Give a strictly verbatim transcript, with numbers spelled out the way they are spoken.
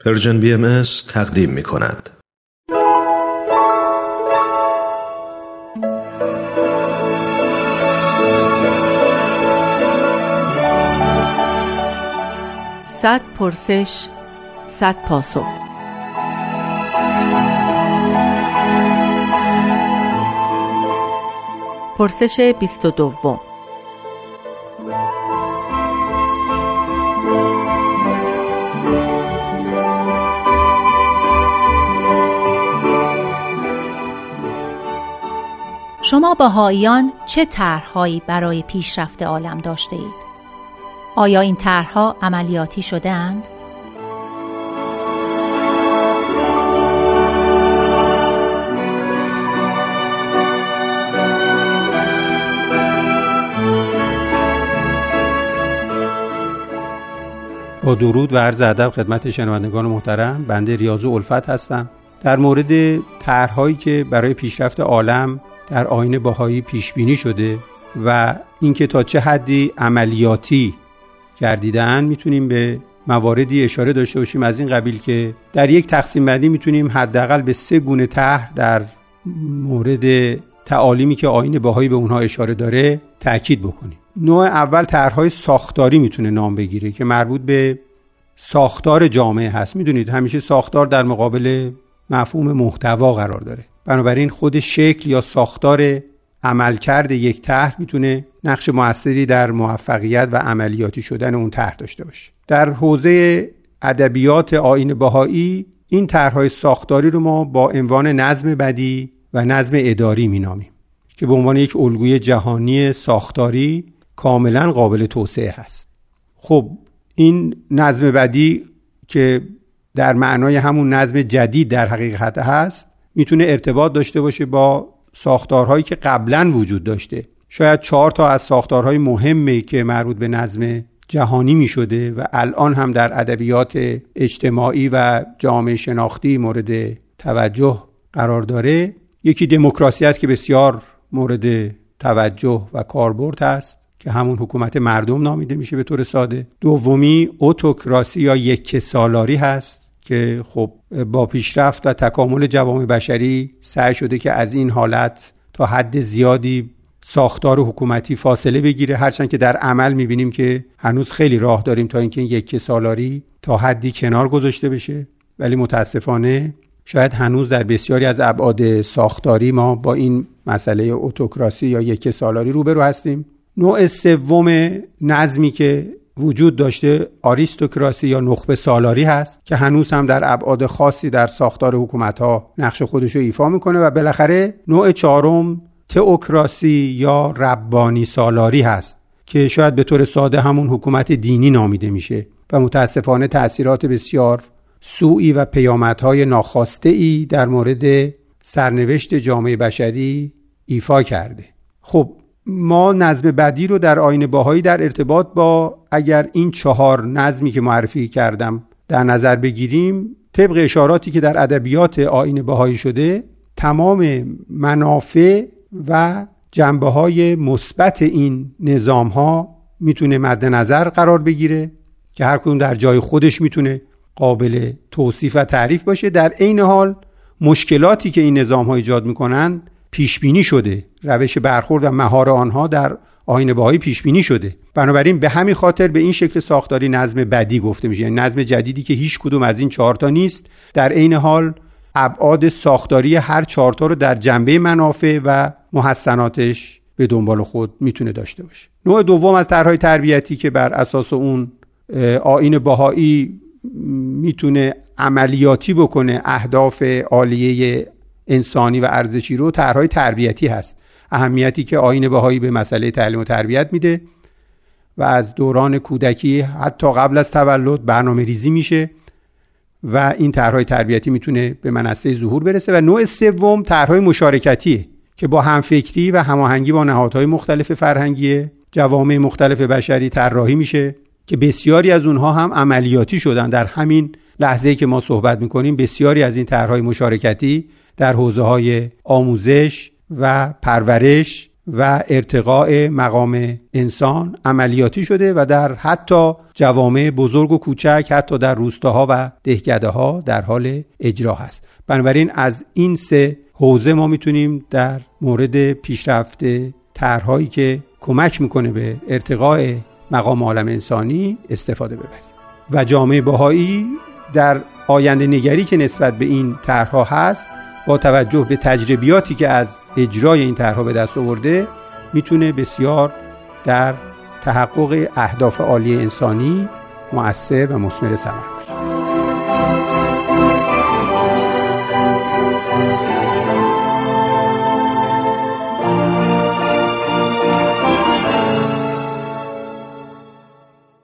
پرژن بی ام اس تقدیم می کند. صد پرسش، صد پاسخ. پرسش بیست و دوم. شما بهائیان چه طرح‌هایی برای پیشرفت عالم داشته اید؟ آیا این طرح‌ها عملیاتی شده اند؟ با درود و عرض ادب خدمت شنوندگان محترم، بنده ریاض الفت هستم. در مورد طرح‌هایی که برای پیشرفت عالم در آیین بهایی پیش بینی شده و اینکه تا چه حدی عملیاتی گردیده‌اند میتونیم به مواردی اشاره داشته باشیم از این قبیل که در یک تقسیم بندی میتونیم حداقل به سه گونه طرح در مورد تعالیمی که آیین بهایی به اونها اشاره داره تأکید بکنیم. نوع اول طرح‌های ساختاری میتونه نام بگیره که مربوط به ساختار جامعه هست. میدونید همیشه ساختار در مقابل مفهوم محتوا قرار داره. بنابراین خود شکل یا ساختار عملکرد یک طرح میتونه نقش موثری در موفقیت و عملیاتی شدن اون طرح داشته باشه. در حوزه ادبیات آیین بهایی این طرح‌های ساختاری رو ما با عنوان نظم بدیع و نظم اداری مینامیم که به عنوان یک الگوی جهانی ساختاری کاملا قابل توسعه هست. خب این نظم بدیع که در معنای همون نظم جدید در حقیقت هست میتونه ارتباط داشته باشه با ساختارهایی که قبلا وجود داشته. شاید چهار تا از ساختارهای مهمی که مربوط به نظم جهانی میشده و الان هم در ادبیات اجتماعی و جامعه شناختی مورد توجه قرار داره. یکی دموکراسی است که بسیار مورد توجه و کاربرد است که همون حکومت مردم نامیده میشه به طور ساده. دومی اتوکراسی یا یکسالاری هست که خب با پیشرفت و تکامل جوامع بشری سعی شده که از این حالت تا حد زیادی ساختار حکومتی فاصله بگیره، هرچند که در عمل میبینیم که هنوز خیلی راه داریم تا اینکه این یکسالاری تا حدی کنار گذاشته بشه، ولی متاسفانه شاید هنوز در بسیاری از ابعاد ساختاری ما با این مسئله اتوکراسی یا یکسالاری روبرو هستیم. نوع سوم نظمی که وجود داشته آریستوکراسی یا نخبه سالاری هست که هنوز هم در ابعاد خاصی در ساختار حکومت‌ها نقش خودش رو ایفا میکنه. و بالاخره نوع چهارم تئوکراسی یا ربانی سالاری هست که شاید به طور ساده همون حکومت دینی نامیده میشه و متاسفانه تأثیرات بسیار سوئی و پیامدهای ناخواسته‌ای در مورد سرنوشت جامعه بشری ایفا کرده. خب ما نظم بدیع رو در آیین بهایی در ارتباط با اگر این چهار نظمی که معرفی کردم در نظر بگیریم، طبق اشاراتی که در ادبیات آیین بهایی شده، تمام منافع و جنبه‌های مثبت این نظام‌ها میتونه مد نظر قرار بگیره که هر کدوم در جای خودش میتونه قابل توصیف و تعریف باشه. در عین حال مشکلاتی که این نظام‌ها ایجاد میکنن پیش بینی شده، روش برخورد و مهار آنها در آیین بهایی پیش بینی شده. بنابراین به همین خاطر به این شکل ساختاری نظم بدیع گفته میشه، یعنی نظم جدیدی که هیچ کدوم از این چهار تا نیست، در عین حال ابعاد ساختاری هر چهار تا رو در جنبه منافع و محسناتش به دنبال خود میتونه داشته باشه. نوع دوم از طرح‌های تربیتی که بر اساس اون آیین بهایی میتونه عملیاتی بکنه اهداف عالیه انسانی و ارزشی رو، طرح‌های تربیتی هست. اهمیتی که آیین بهایی به مسئله تعلیم و تربیت میده و از دوران کودکی حتی قبل از تولد برنامه ریزی میشه و این طرح‌های تربیتی میتونه به منصه ظهور برسه. و نوع سوم طرح‌های مشارکتیه که با همفکری و هماهنگی با نهادهای مختلف فرهنگی جوامع مختلف بشری طراحی میشه که بسیاری از اونها هم عملیاتی شدن. در همین لحظه‌ای که ما صحبت میکنیم بسیاری از این طرح‌های مشارکتی در حوزه‌های آموزش و پرورش و ارتقاء مقام انسان عملیاتی شده و در حتی جوامع بزرگ و کوچک، حتی در روستاها و دهکده‌ها در حال اجرا هست. بنابراین از این سه حوزه ما میتونیم در مورد پیشرفت طرح‌هایی که کمک میکنه به ارتقاء مقام عالم انسانی استفاده ببریم و جامعه بهایی در آینده نگری که نسبت به این طرح‌ها هست، با توجه به تجربیاتی که از اجرای این طرح‌ها به دست آورده، میتونه بسیار در تحقق اهداف عالی انسانی مؤثر و مثمر ثمر باشه.